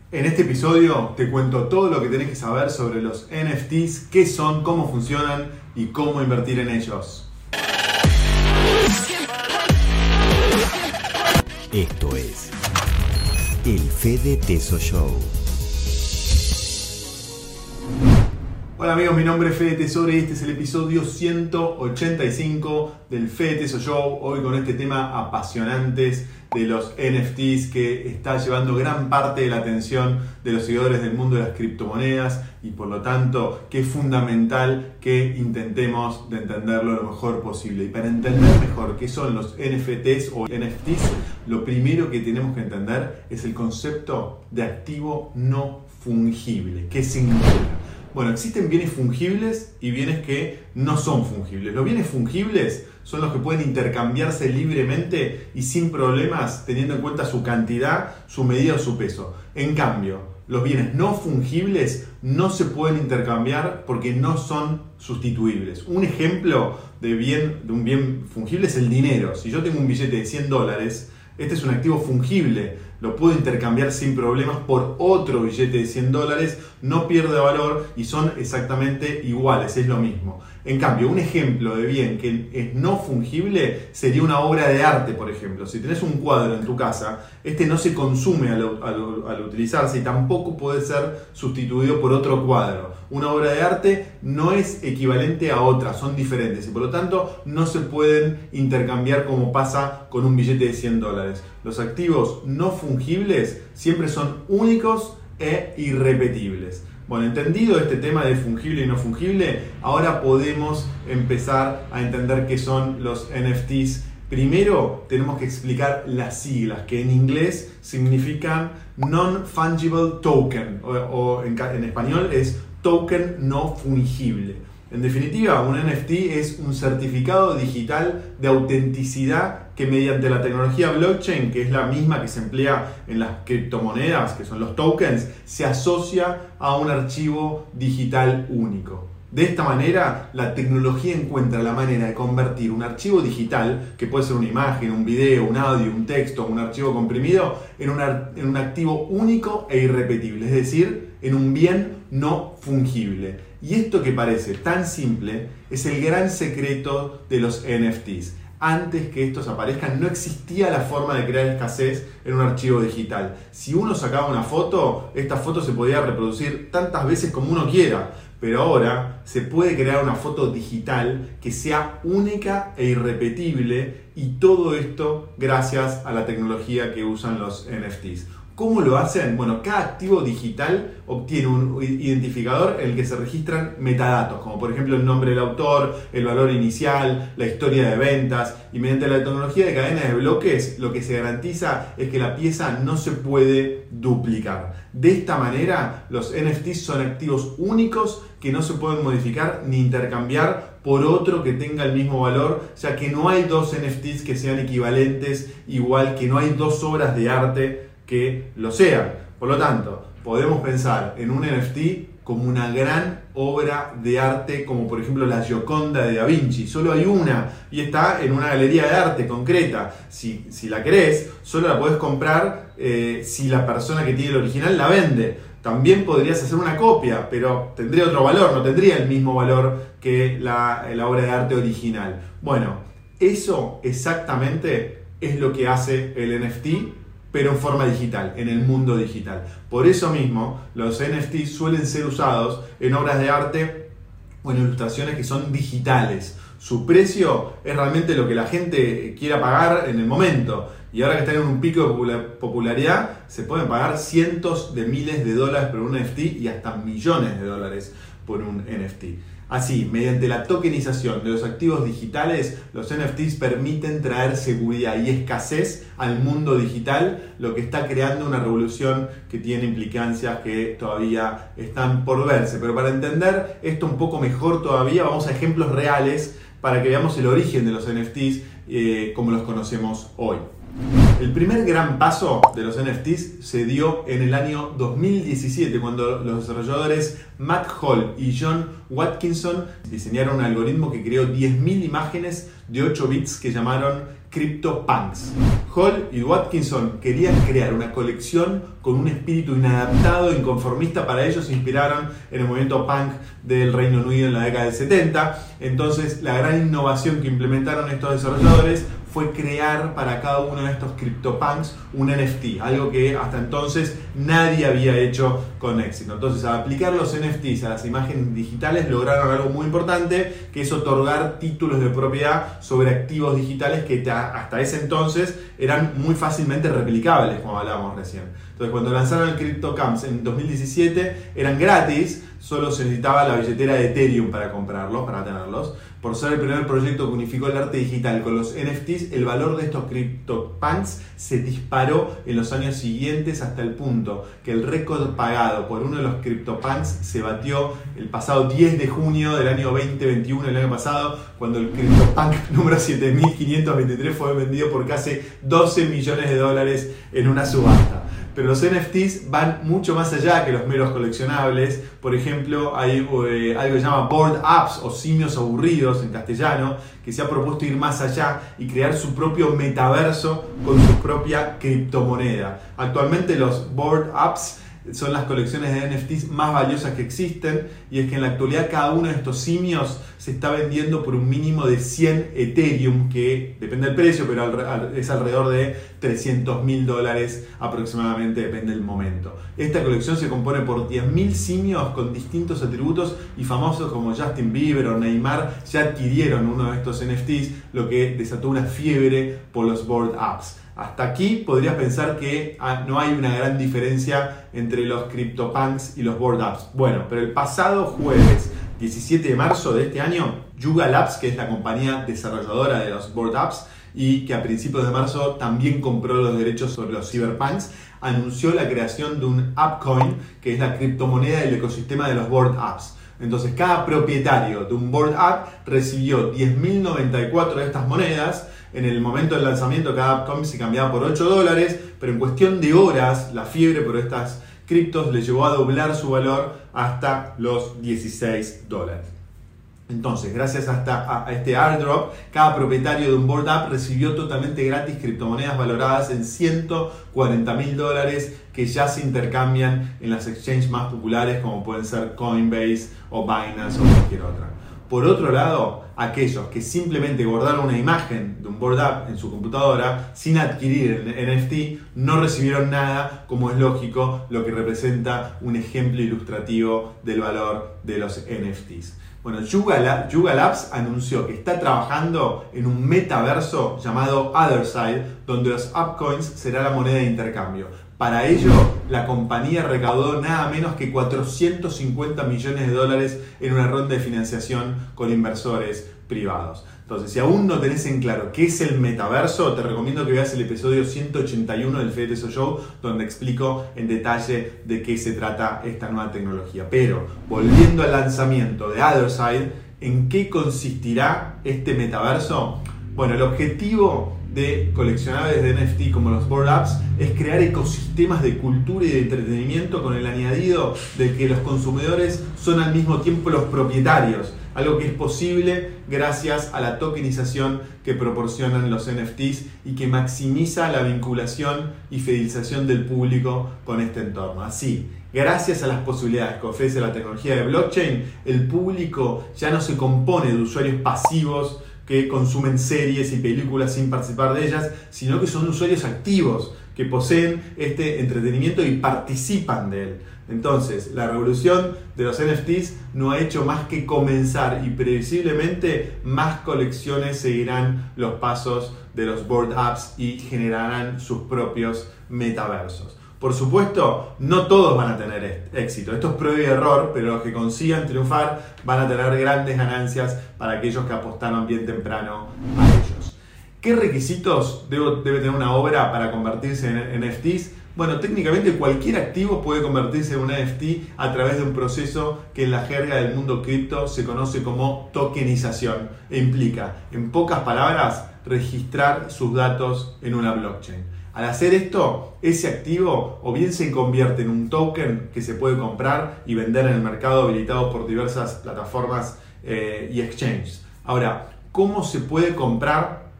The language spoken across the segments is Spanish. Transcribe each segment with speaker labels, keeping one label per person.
Speaker 1: En este episodio te cuento todo lo que tenés que saber sobre los NFTs, qué son, cómo funcionan y cómo invertir en ellos.
Speaker 2: Esto es el Fede Teso Show.
Speaker 1: Hola amigos, mi nombre es Fede Tesoro y este es el episodio 185 del Fede Teso Show. Hoy con este tema apasionantes de los NFTs que está llevando gran parte de la atención de los seguidores del mundo de las criptomonedas y por lo tanto que es fundamental que intentemos de entenderlo lo mejor posible. Y para entender mejor qué son los NFTs o NFTs, lo primero que tenemos que entender es el concepto de activo no fungible. ¿Qué significa? Bueno, existen bienes fungibles y bienes que no son fungibles. Los bienes fungibles son los que pueden intercambiarse libremente y sin problemas, teniendo en cuenta su cantidad, su medida o su peso. En cambio, los bienes no fungibles no se pueden intercambiar porque no son sustituibles. Un ejemplo de un bien fungible es el dinero. Si yo tengo un billete de $100, este es un activo fungible. Lo puedo intercambiar sin problemas por otro billete de $100, no pierde valor y son exactamente iguales, es lo mismo. En cambio, un ejemplo de bien que es no fungible sería una obra de arte, por ejemplo. Si tenés un cuadro en tu casa, este no se consume al utilizarse y tampoco puede ser sustituido por otro cuadro. Una obra de arte no es equivalente a otra, son diferentes y por lo tanto no se pueden intercambiar como pasa con un billete de $100. Los activos no fungibles siempre son únicos e irrepetibles. Bueno, entendido este tema de fungible y no fungible, ahora podemos empezar a entender qué son los NFTs. Primero tenemos que explicar las siglas, que en inglés significan Non-Fungible Token, o en español es token no fungible. En definitiva, un NFT es un certificado digital de autenticidad que mediante la tecnología blockchain, que es la misma que se emplea en las criptomonedas, que son los tokens, se asocia a un archivo digital único. De esta manera, la tecnología encuentra la manera de convertir un archivo digital, que puede ser una imagen, un video, un audio, un texto, un archivo comprimido, en un activo único e irrepetible, es decir, en un bien no fungible. Y esto que parece tan simple es el gran secreto de los NFTs. Antes que estos aparezcan no existía la forma de crear escasez en un archivo digital. Si uno sacaba una foto, esta foto se podía reproducir tantas veces como uno quiera. Pero ahora se puede crear una foto digital que sea única e irrepetible y todo esto gracias a la tecnología que usan los NFTs. ¿Cómo lo hacen? Bueno, cada activo digital obtiene un identificador en el que se registran metadatos, como por ejemplo el nombre del autor, el valor inicial, la historia de ventas, y mediante la tecnología de cadena de bloques lo que se garantiza es que la pieza no se puede duplicar. De esta manera los NFTs son activos únicos que no se pueden modificar ni intercambiar por otro que tenga el mismo valor, ya que no hay dos NFTs que sean equivalentes, igual que no hay dos obras de arte que lo sean. Por lo tanto, podemos pensar en un NFT como una gran obra de arte, como por ejemplo la Gioconda de Da Vinci. Solo hay una y está en una galería de arte concreta. Si la querés, solo la podés comprar si la persona que tiene el original la vende. También podrías hacer una copia, pero tendría otro valor, no tendría el mismo valor que la obra de arte original. Bueno, eso exactamente es lo que hace el NFT, pero en forma digital, en el mundo digital. Por eso mismo, los NFTs suelen ser usados en obras de arte o en ilustraciones que son digitales. Su precio es realmente lo que la gente quiera pagar en el momento. Y ahora que están en un pico de popularidad, se pueden pagar cientos de miles de dólares por un NFT y hasta millones de dólares por un NFT. Así, mediante la tokenización de los activos digitales, los NFTs permiten traer seguridad y escasez al mundo digital, lo que está creando una revolución que tiene implicancias que todavía están por verse. Pero para entender esto un poco mejor todavía, vamos a ejemplos reales para que veamos el origen de los NFTs como los conocemos hoy. El primer gran paso de los NFTs se dio en el año 2017 cuando los desarrolladores Matt Hall y John Watkinson diseñaron un algoritmo que creó 10.000 imágenes de 8 bits que llamaron CryptoPunks. Hall y Watkinson querían crear una colección con un espíritu inadaptado e inconformista. Para ellos se inspiraron en el movimiento punk del Reino Unido en la década del 70. Entonces, la gran innovación que implementaron estos desarrolladores fue crear para cada uno de estos CryptoPunks un NFT, algo que hasta entonces nadie había hecho con éxito. Entonces, al aplicar los NFTs a las imágenes digitales, lograron algo muy importante, que es otorgar títulos de propiedad sobre activos digitales que hasta ese entonces eran muy fácilmente replicables, como hablábamos recién. Entonces, cuando lanzaron el CryptoPunks en 2017, eran gratis, solo se necesitaba la billetera de Ethereum para comprarlos, para tenerlos. Por ser el primer proyecto que unificó el arte digital con los NFTs, el valor de estos CryptoPunks se disparó en los años siguientes, hasta el punto que el récord pagado por uno de los CryptoPunks se batió el pasado 10 de junio del año 2021, el año pasado, cuando el CryptoPunk número 7523 fue vendido por casi $12 millones en una subasta. Pero los NFTs van mucho más allá que los meros coleccionables. Por ejemplo, hay algo que se llama Bored Apes o simios aburridos en castellano, que se ha propuesto ir más allá y crear su propio metaverso con su propia criptomoneda. Actualmente los Bored Apes son las colecciones de NFTs más valiosas que existen, y es que en la actualidad cada uno de estos simios se está vendiendo por un mínimo de 100 Ethereum, que depende del precio, pero es alrededor de $300.000 aproximadamente, depende del momento. Esta colección se compone por 10.000 simios con distintos atributos, y famosos como Justin Bieber o Neymar ya adquirieron uno de estos NFTs, lo que desató una fiebre por los Bored Apes. Hasta aquí podrías pensar que no hay una gran diferencia entre los CryptoPunks y los Bored Apes. Bueno, pero el pasado jueves 17 de marzo de este año, Yuga Labs, que es la compañía desarrolladora de los Bored Apes y que a principios de marzo también compró los derechos sobre los Cyberpunks, anunció la creación de un AppCoin, que es la criptomoneda del ecosistema de los Bored Apes. Entonces, cada propietario de un Bored Ape recibió 10.094 de estas monedas. En el momento del lanzamiento, cada AppCoin se cambiaba por $8, pero en cuestión de horas, la fiebre por estas criptos le llevó a doblar su valor hasta los $16. Entonces, gracias a este airdrop, cada propietario de un Bored Ape recibió totalmente gratis criptomonedas valoradas en $140.000 que ya se intercambian en las exchanges más populares, como pueden ser Coinbase o Binance o cualquier otra. Por otro lado, aquellos que simplemente guardaron una imagen de un Bored Ape en su computadora sin adquirir el NFT no recibieron nada, como es lógico, lo que representa un ejemplo ilustrativo del valor de los NFTs. Bueno, Yuga Labs anunció que está trabajando en un metaverso llamado Otherside, donde los AppCoins será la moneda de intercambio. Para ello, la compañía recaudó nada menos que $450 millones en una ronda de financiación con inversores privados. Entonces, si aún no tenés en claro qué es el metaverso, te recomiendo que veas el episodio 181 del Fede Teso Show, donde explico en detalle de qué se trata esta nueva tecnología. Pero, volviendo al lanzamiento de Otherside, ¿en qué consistirá este metaverso? Bueno, el objetivo de coleccionables de NFT como los Bored Apes es crear ecosistemas de cultura y de entretenimiento con el añadido de que los consumidores son al mismo tiempo los propietarios, algo que es posible gracias a la tokenización que proporcionan los NFTs y que maximiza la vinculación y fidelización del público con este entorno. Así, gracias a las posibilidades que ofrece la tecnología de blockchain, el público ya no se compone de usuarios pasivos que consumen series y películas sin participar de ellas, sino que son usuarios activos que poseen este entretenimiento y participan de él. Entonces, la revolución de los NFTs no ha hecho más que comenzar, y previsiblemente más colecciones seguirán los pasos de los Bored Apes y generarán sus propios metaversos. Por supuesto, no todos van a tener éxito. Esto es prueba y error, pero los que consigan triunfar van a tener grandes ganancias para aquellos que apostaron bien temprano a ellos. ¿Qué requisitos debe tener una obra para convertirse en NFTs? Bueno, técnicamente cualquier activo puede convertirse en un NFT a través de un proceso que en la jerga del mundo cripto se conoce como tokenización e implica, en pocas palabras, registrar sus datos en una blockchain. Al hacer esto, ese activo o bien se convierte en un token que se puede comprar y vender en el mercado habilitado por diversas plataformas y exchanges. Ahora, ¿cómo se puede comprar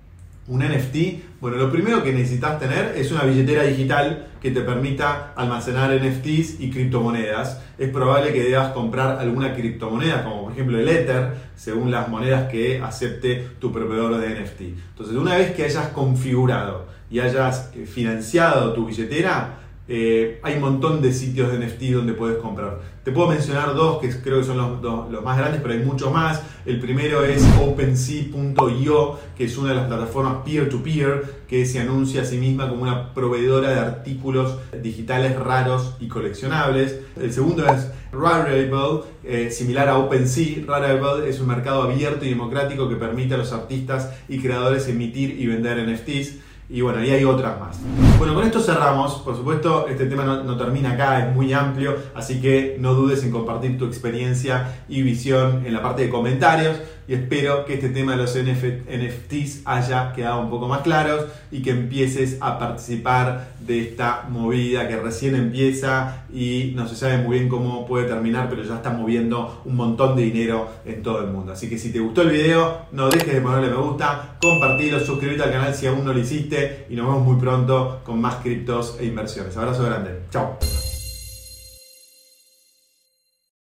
Speaker 1: Un NFT, bueno, lo primero que necesitas tener es una billetera digital que te permita almacenar NFTs y criptomonedas. Es probable que debas comprar alguna criptomoneda, como por ejemplo el Ether, según las monedas que acepte tu proveedor de NFT. Entonces, una vez que hayas configurado y hayas financiado tu billetera, hay un montón de sitios de NFT donde puedes comprar. Te puedo mencionar dos que creo que son los más grandes, pero hay muchos más. El primero es OpenSea.io, que es una de las plataformas peer-to-peer que se anuncia a sí misma como una proveedora de artículos digitales raros y coleccionables. El segundo es Rarible, similar a OpenSea. Rarible es un mercado abierto y democrático que permite a los artistas y creadores emitir y vender NFTs. Y bueno, y hay otras más. Bueno, con esto cerramos. Por supuesto, este tema no termina acá, es muy amplio, así que no dudes en compartir tu experiencia y visión en la parte de comentarios. Y espero que este tema de los NFTs haya quedado un poco más claros y que empieces a participar de esta movida que recién empieza y no se sabe muy bien cómo puede terminar, pero ya está moviendo un montón de dinero en todo el mundo. Así que si te gustó el video, no dejes de ponerle me gusta, compartirlo, suscríbete al canal si aún no lo hiciste y nos vemos muy pronto con más criptos e inversiones. Abrazo grande. Chao.